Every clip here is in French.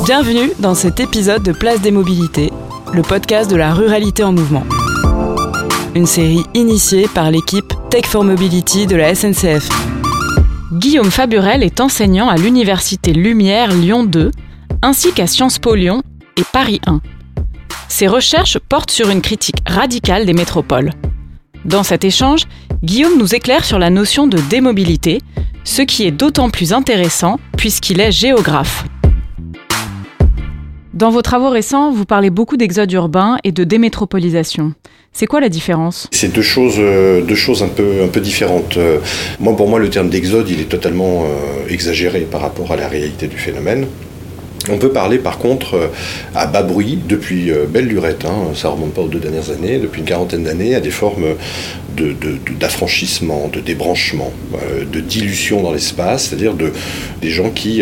Bienvenue dans cet épisode de Place des Mobilités, le podcast de la ruralité en mouvement. Une série initiée par l'équipe Tech for Mobility de la SNCF. Guillaume Faburel est enseignant à l'Université Lumière Lyon 2, ainsi qu'à Sciences Po Lyon et Paris 1. Ses recherches portent sur une critique radicale des métropoles. Dans cet échange, Guillaume nous éclaire sur la notion de démobilité, ce qui est d'autant plus intéressant puisqu'il est géographe. Dans vos travaux récents, vous parlez beaucoup d'exode urbain et de démétropolisation. C'est quoi la différence ? C'est deux choses un peu différentes. Pour moi, le terme d'exode, il est totalement exagéré par rapport à la réalité du phénomène. On peut parler par contre à bas bruit depuis belle lurette, ça remonte pas aux 2 dernières années, depuis une quarantaine d'années, à des formes d'affranchissement, de débranchement, de dilution dans l'espace, c'est-à-dire des gens qui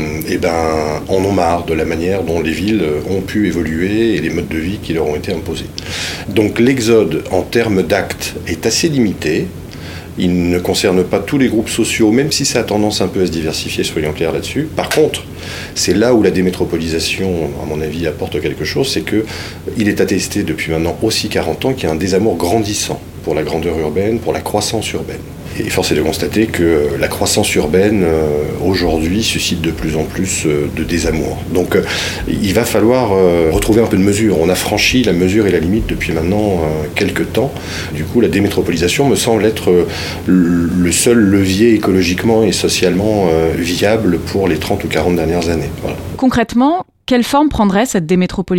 en ont marre de la manière dont les villes ont pu évoluer et les modes de vie qui leur ont été imposés. Donc l'exode en termes d'actes est assez limité. Il ne concerne pas tous les groupes sociaux, même si ça a tendance un peu à se diversifier, soyons clairs là-dessus. Par contre, c'est là où la démétropolisation, à mon avis, apporte quelque chose, c'est qu'il est attesté depuis maintenant aussi 40 ans qu'il y a un désamour grandissant pour la grandeur urbaine, pour la croissance urbaine. Et force est de constater que la croissance urbaine, aujourd'hui, suscite de plus en plus de désamour. Donc, il va falloir retrouver un peu de mesure. On a franchi la mesure et la limite depuis maintenant quelques temps. Du coup, la démétropolisation me semble être le seul levier écologiquement et socialement viable pour les 30 ou 40 dernières années. Voilà. Concrètement, quelle forme prendrait cette démétropolisation ?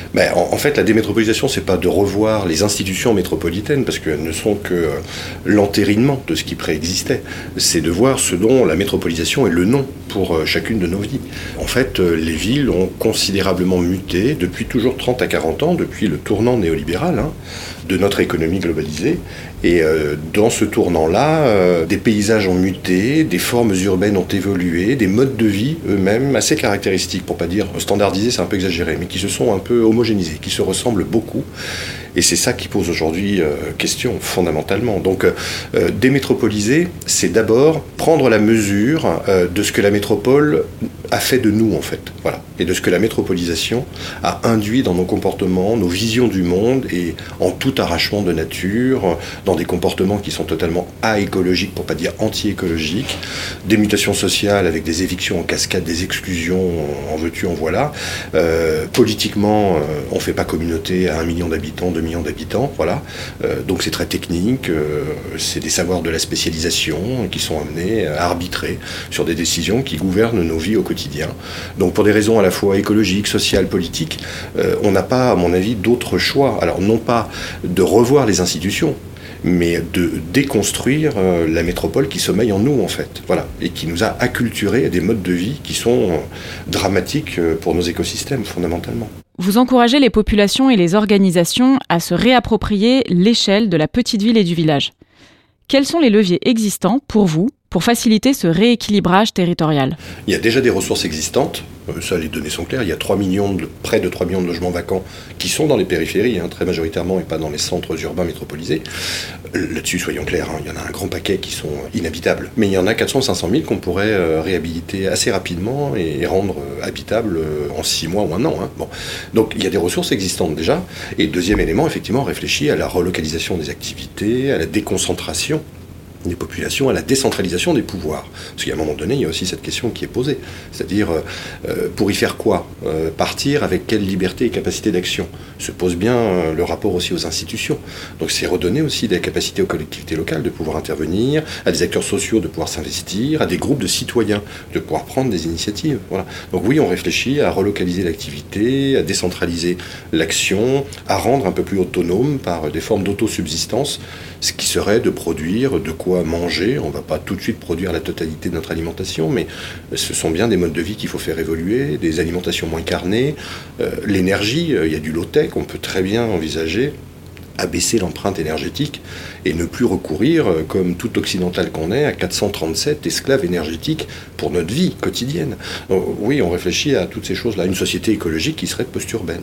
En fait, la démétropolisation, c'est pas de revoir les institutions métropolitaines, parce qu'elles ne sont que l'entérinement de ce qui préexistait. C'est de voir ce dont la métropolisation est le nom pour chacune de nos vies. En fait, les villes ont considérablement muté depuis toujours 30 à 40 ans, depuis le tournant néolibéral de notre économie globalisée. Et dans ce tournant-là, des paysages ont muté, des formes urbaines ont évolué, des modes de vie eux-mêmes assez caractéristiques, pour pas dire standardisés, c'est un peu exagéré, mais qui se sont un peu homogénéisés, qui se ressemblent beaucoup. Et c'est ça qui pose aujourd'hui question, fondamentalement. Donc, démétropoliser, c'est d'abord prendre la mesure de ce que la métropole a fait de nous, en fait. Voilà. Et de ce que la métropolisation a induit dans nos comportements, nos visions du monde, et en tout arrachement de nature, dans des comportements qui sont totalement aécologiques, pour pas dire anti-écologiques, des mutations sociales avec des évictions en cascade, des exclusions, en veux-tu, en voilà. Politiquement, on fait pas communauté à 1 million d'habitants, 2 millions d'habitants, voilà. Donc c'est très technique, c'est des savoirs de la spécialisation qui sont amenés à arbitrer sur des décisions qui gouvernent nos vies au quotidien. Donc pour des raisons à la fois écologiques, sociales, politiques, on n'a pas, à mon avis, d'autre choix. Alors non pas de revoir les institutions, mais de déconstruire la métropole qui sommeille en nous, en fait, voilà, et qui nous a acculturés à des modes de vie qui sont dramatiques pour nos écosystèmes, fondamentalement. Vous encouragez les populations et les organisations à se réapproprier l'échelle de la petite ville et du village. Quels sont les leviers existants pour vous pour faciliter ce rééquilibrage territorial ? Il y a déjà des ressources existantes, ça les données sont claires, il y a près de 3 millions de logements vacants qui sont dans les périphéries, très majoritairement, et pas dans les centres urbains métropolisés. Là-dessus, soyons clairs, il y en a un grand paquet qui sont inhabitables. Mais il y en a 400-500 000 qu'on pourrait réhabiliter assez rapidement et rendre habitables en 6 mois ou 1 an. Bon. Donc il y a des ressources existantes déjà. Et deuxième élément, effectivement, on réfléchit à la relocalisation des activités, à la déconcentration des populations, à la décentralisation des pouvoirs. Parce qu'à un moment donné, il y a aussi cette question qui est posée. C'est-à-dire, pour y faire quoi ? Partir avec quelle liberté et capacité d'action ? Se pose bien le rapport aussi aux institutions. Donc c'est redonner aussi des capacités aux collectivités locales de pouvoir intervenir, à des acteurs sociaux de pouvoir s'investir, à des groupes de citoyens de pouvoir prendre des initiatives. Voilà. Donc oui, on réfléchit à relocaliser l'activité, à décentraliser l'action, à rendre un peu plus autonome par des formes d'autosubsistance, ce qui serait de produire de quoi manger. On ne va pas tout de suite produire la totalité de notre alimentation, mais ce sont bien des modes de vie qu'il faut faire évoluer, des alimentations moins carnées, l'énergie, il y a du low-tech, on peut très bien envisager abaisser l'empreinte énergétique et ne plus recourir, comme tout occidental qu'on est, à 437 esclaves énergétiques pour notre vie quotidienne. Donc, oui, on réfléchit à toutes ces choses-là, une société écologique qui serait post-urbaine en fait.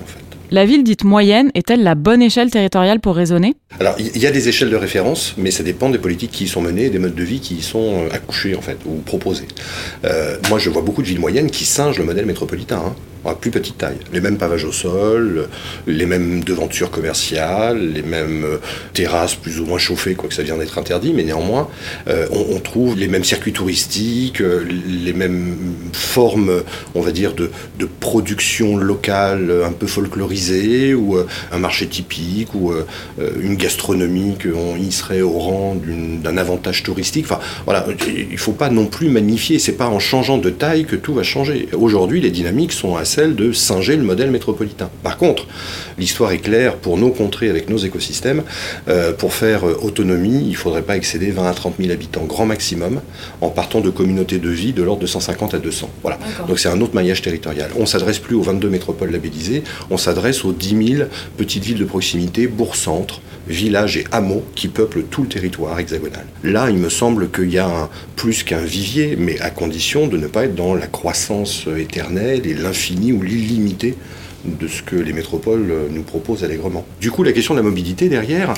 La ville dite moyenne est-elle la bonne échelle territoriale pour raisonner ? Alors, il y a des échelles de référence, mais ça dépend des politiques qui y sont menées et des modes de vie qui y sont accouchés, en fait, ou proposés. Moi, je vois beaucoup de villes moyennes qui singent le modèle métropolitain, à plus petite taille. Les mêmes pavages au sol, les mêmes devantures commerciales, les mêmes terrasses plus ou moins chauffées, quoique ça vient d'être interdit, mais néanmoins, on trouve les mêmes circuits touristiques, les mêmes formes, on va dire, de production locale un peu folklorisée, ou un marché typique, ou une gastronomie qu'on y serait au rang d'un avantage touristique. Enfin, voilà, il ne faut pas non plus magnifier, c'est pas en changeant de taille que tout va changer. Aujourd'hui, les dynamiques sont à celle de singer le modèle métropolitain. Par contre, l'histoire est claire pour nos contrées avec nos écosystèmes. Pour faire autonomie, il ne faudrait pas excéder 20 à 30 000 habitants grand maximum, en partant de communautés de vie de l'ordre de 150 à 200. Voilà. Donc c'est un autre maillage territorial. On ne s'adresse plus aux 22 métropoles labellisées, on s'adresse aux 10 000 petites villes de proximité, bourgs-centres, villages et hameaux qui peuplent tout le territoire hexagonal. Là, il me semble qu'il y a plus qu'un vivier, mais à condition de ne pas être dans la croissance éternelle et l'infini ou l'illimité de ce que les métropoles nous proposent allègrement. Du coup, la question de la mobilité derrière,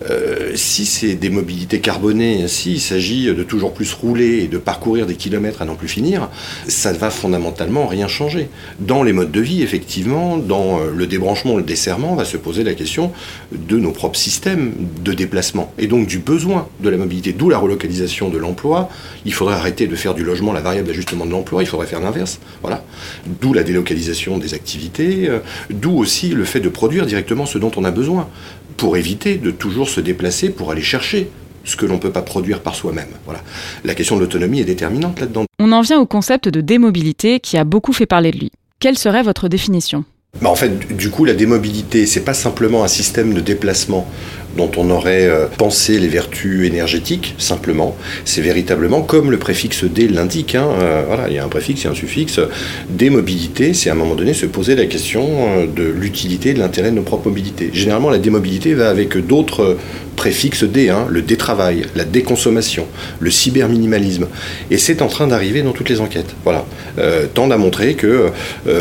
si c'est des mobilités carbonées, s'il s'agit de toujours plus rouler et de parcourir des kilomètres à n'en plus finir, ça ne va fondamentalement rien changer. Dans les modes de vie, effectivement, dans le débranchement, le desserrement, va se poser la question de nos propres systèmes de déplacement et donc du besoin de la mobilité, d'où la relocalisation de l'emploi. Il faudrait arrêter de faire du logement la variable d'ajustement de l'emploi, il faudrait faire l'inverse. Voilà. D'où la délocalisation des activités, d'où aussi le fait de produire directement ce dont on a besoin, pour éviter de toujours se déplacer pour aller chercher ce que l'on ne peut pas produire par soi-même. Voilà. La question de l'autonomie est déterminante là-dedans. On en vient au concept de démobilité qui a beaucoup fait parler de lui. Quelle serait votre définition ? En fait, du coup, la démobilité, c'est pas simplement un système de déplacement dont on aurait pensé les vertus énergétiques, simplement. C'est véritablement, comme le préfixe D l'indique, voilà, il y a un préfixe et un suffixe. Démobilité, c'est à un moment donné se poser la question de l'utilité et de l'intérêt de nos propres mobilités. Généralement, la démobilité va avec d'autres préfixes D, le détravail, la déconsommation, le cyberminimalisme. Et c'est en train d'arriver dans toutes les enquêtes. Voilà. Tendent à montrer que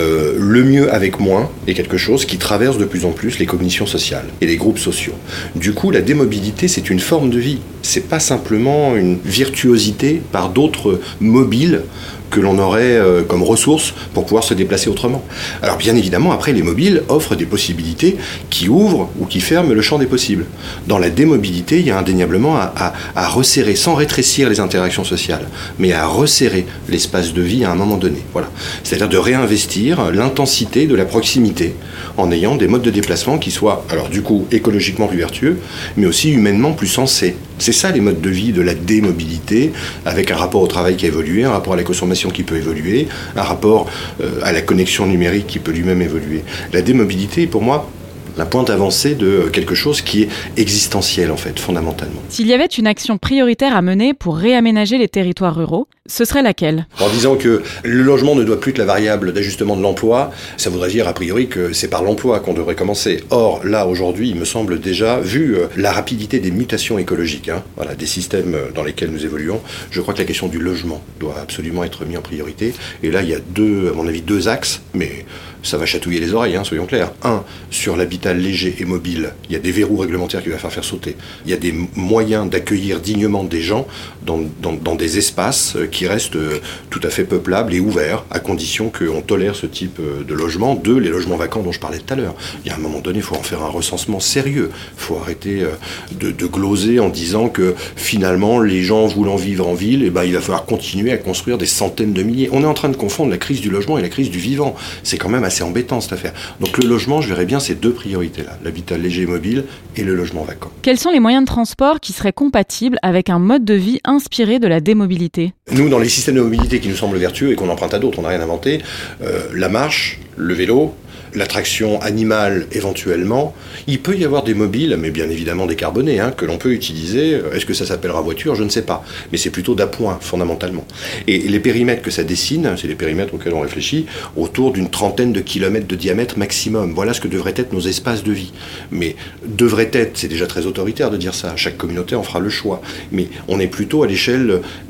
le mieux avec moins est quelque chose qui traverse de plus en plus les cognitions sociales et les groupes sociaux. Du coup, la démobilité, c'est une forme de vie. C'est pas simplement une virtuosité par d'autres mobiles que l'on aurait comme ressources pour pouvoir se déplacer autrement. Alors bien évidemment, après, les mobiles offrent des possibilités qui ouvrent ou qui ferment le champ des possibles. Dans la démobilité, il y a indéniablement à resserrer, sans rétrécir les interactions sociales, mais à resserrer l'espace de vie à un moment donné. Voilà. C'est-à-dire de réinvestir l'intensité de la proximité en ayant des modes de déplacement qui soient, alors du coup, écologiquement plus vertueux, mais aussi humainement plus sensés. C'est ça les modes de vie de la démobilité, avec un rapport au travail qui a évolué, un rapport à la consommation qui peut évoluer, un rapport à la connexion numérique qui peut lui-même évoluer. La démobilité, pour moi, la pointe avancée de quelque chose qui est existentiel, en fait, fondamentalement. S'il y avait une action prioritaire à mener pour réaménager les territoires ruraux, ce serait laquelle ? En disant que le logement ne doit plus être la variable d'ajustement de l'emploi, ça voudrait dire a priori que c'est par l'emploi qu'on devrait commencer. Or, là, aujourd'hui, il me semble déjà, vu la rapidité des mutations écologiques, voilà, des systèmes dans lesquels nous évoluons, je crois que la question du logement doit absolument être mise en priorité. Et là, il y a à mon avis, deux axes, mais ça va chatouiller les oreilles, soyons clairs. Un, sur l'habitat léger et mobile, il y a des verrous réglementaires qu'il va faire sauter. Il y a des moyens d'accueillir dignement des gens dans des espaces qui restent tout à fait peuplables et ouverts, à condition qu'on tolère ce type de logement. Deux, les logements vacants dont je parlais tout à l'heure. Il y a un moment donné, il faut en faire un recensement sérieux. Il faut arrêter de gloser en disant que finalement, les gens voulant vivre en ville, il va falloir continuer à construire des centaines de milliers. On est en train de confondre la crise du logement et la crise du vivant. C'est quand même assez embêtant cette affaire. Donc le logement, je verrais bien ces deux priorités-là, l'habitat léger et mobile et le logement vacant. Quels sont les moyens de transport qui seraient compatibles avec un mode de vie inspiré de la démobilité ? Nous, dans les systèmes de mobilité qui nous semblent vertueux et qu'on emprunte à d'autres, on n'a rien inventé, la marche, le vélo, l'attraction animale éventuellement. Il peut y avoir des mobiles, mais bien évidemment décarbonés, que l'on peut utiliser. Est-ce que ça s'appellera voiture ? Je ne sais pas. Mais c'est plutôt d'appoint, fondamentalement. Et les périmètres que ça dessine, c'est les périmètres auxquels on réfléchit, autour d'une trentaine de kilomètres de diamètre maximum. Voilà ce que devraient être nos espaces de vie. Mais devrait être, c'est déjà très autoritaire de dire ça, chaque communauté en fera le choix. Mais on est plutôt à l'échelle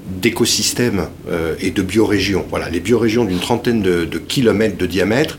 d'écosystèmes et de biorégions. Voilà, les biorégions d'une trentaine de kilomètres de diamètre,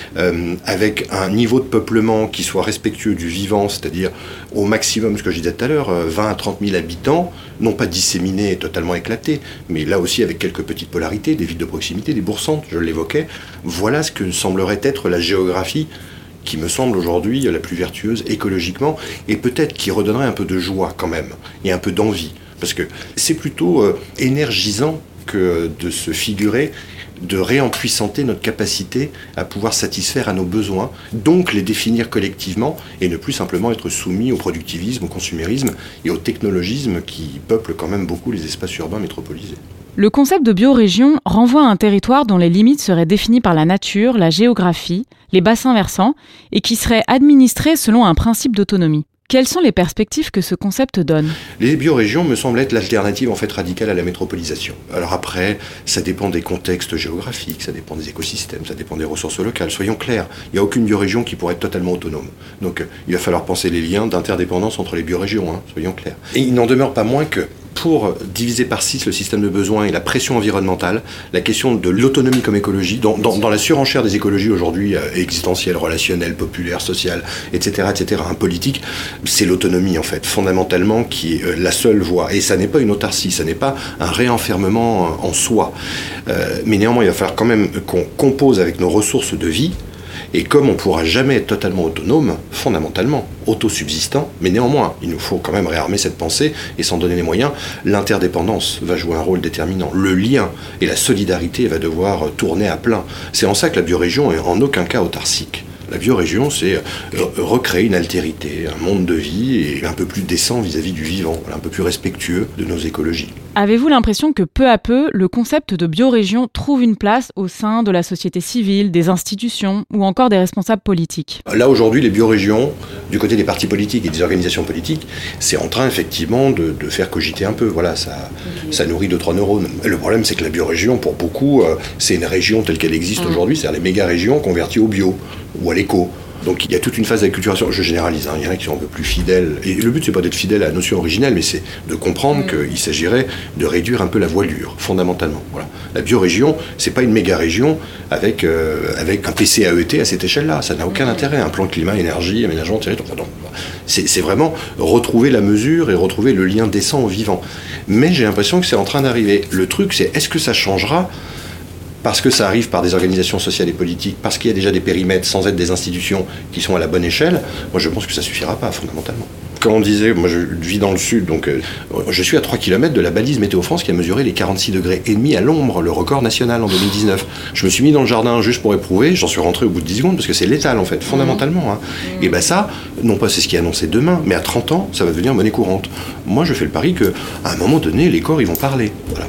avec un niveau de peuplement qui soit respectueux du vivant, c'est-à-dire au maximum, ce que je disais tout à l'heure, 20 à 30 000 habitants, non pas disséminés et totalement éclatés, mais là aussi avec quelques petites polarités, des villes de proximité, des bourgs-centres, je l'évoquais. Voilà ce que semblerait être la géographie qui me semble aujourd'hui la plus vertueuse écologiquement, et peut-être qui redonnerait un peu de joie quand même, et un peu d'envie. Parce que c'est plutôt énergisant que de se figurer, de réempuissanter notre capacité à pouvoir satisfaire à nos besoins, donc les définir collectivement et ne plus simplement être soumis au productivisme, au consumérisme et au technologisme qui peuplent quand même beaucoup les espaces urbains métropolisés. Le concept de biorégion renvoie à un territoire dont les limites seraient définies par la nature, la géographie, les bassins versants et qui serait administré selon un principe d'autonomie. Quelles sont les perspectives que ce concept donne ? Les biorégions me semblent être l'alternative en fait radicale à la métropolisation. Alors après, ça dépend des contextes géographiques, ça dépend des écosystèmes, ça dépend des ressources locales. Soyons clairs, il n'y a aucune biorégion qui pourrait être totalement autonome. Donc il va falloir penser les liens d'interdépendance entre les biorégions, soyons clairs. Et il n'en demeure pas moins que pour diviser par 6 le système de besoins et la pression environnementale, la question de l'autonomie comme écologie, dans la surenchère des écologies aujourd'hui existentielles, relationnelles, populaires, sociales, etc., politique, c'est l'autonomie en fait, fondamentalement, qui est la seule voie. Et ça n'est pas une autarcie, ça n'est pas un réenfermement en soi. Mais néanmoins, il va falloir quand même qu'on compose avec nos ressources de vie. Et comme on ne pourra jamais être totalement autonome, fondamentalement, autosubsistant, mais néanmoins, il nous faut quand même réarmer cette pensée et s'en donner les moyens, l'interdépendance va jouer un rôle déterminant. Le lien et la solidarité va devoir tourner à plein. C'est en ça que la biorégion est en aucun cas autarcique. La biorégion, c'est recréer une altérité, un monde de vie et un peu plus décent vis-à-vis du vivant, un peu plus respectueux de nos écologies. Avez-vous l'impression que peu à peu, le concept de biorégion trouve une place au sein de la société civile, des institutions ou encore des responsables politiques ? Là, aujourd'hui, les biorégions, du côté des partis politiques et des organisations politiques, c'est en train, effectivement, de faire cogiter un peu. Voilà, ça nourrit 2-3 neurones. Le problème, c'est que la biorégion, pour beaucoup, c'est une région telle qu'elle existe aujourd'hui, c'est-à-dire les méga-régions converties au bio ou à l'éco. Donc il y a toute une phase d'acculturation, je généralise, il y en a qui sont un peu plus fidèles, et le but c'est pas d'être fidèle à la notion originelle, mais c'est de comprendre qu'il s'agirait de réduire un peu la voilure, fondamentalement. Voilà. La biorégion, c'est pas une méga-région avec un PCAET à cette échelle-là, ça n'a aucun intérêt, un plan climat, énergie, aménagement, territoire, non. C'est vraiment retrouver la mesure et retrouver le lien décent au vivant. Mais j'ai l'impression que c'est en train d'arriver. Le truc c'est, est-ce que ça changera ? Parce que ça arrive par des organisations sociales et politiques, parce qu'il y a déjà des périmètres sans être des institutions qui sont à la bonne échelle, moi je pense que ça ne suffira pas fondamentalement. Comme on disait, moi je vis dans le sud, donc je suis à 3 km de la balise Météo France qui a mesuré les 46,5 degrés à l'ombre, le record national en 2019. Je me suis mis dans le jardin juste pour éprouver, j'en suis rentré au bout de 10 secondes parce que c'est létal en fait, fondamentalement. Et ben ça, non pas c'est ce qui est annoncé demain, mais à 30 ans, ça va devenir monnaie courante. Moi je fais le pari qu'à un moment donné, les corps ils vont parler. Voilà.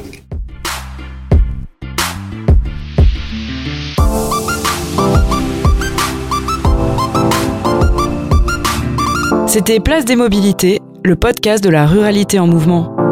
C'était Place des Mobilités, le podcast de la ruralité en mouvement.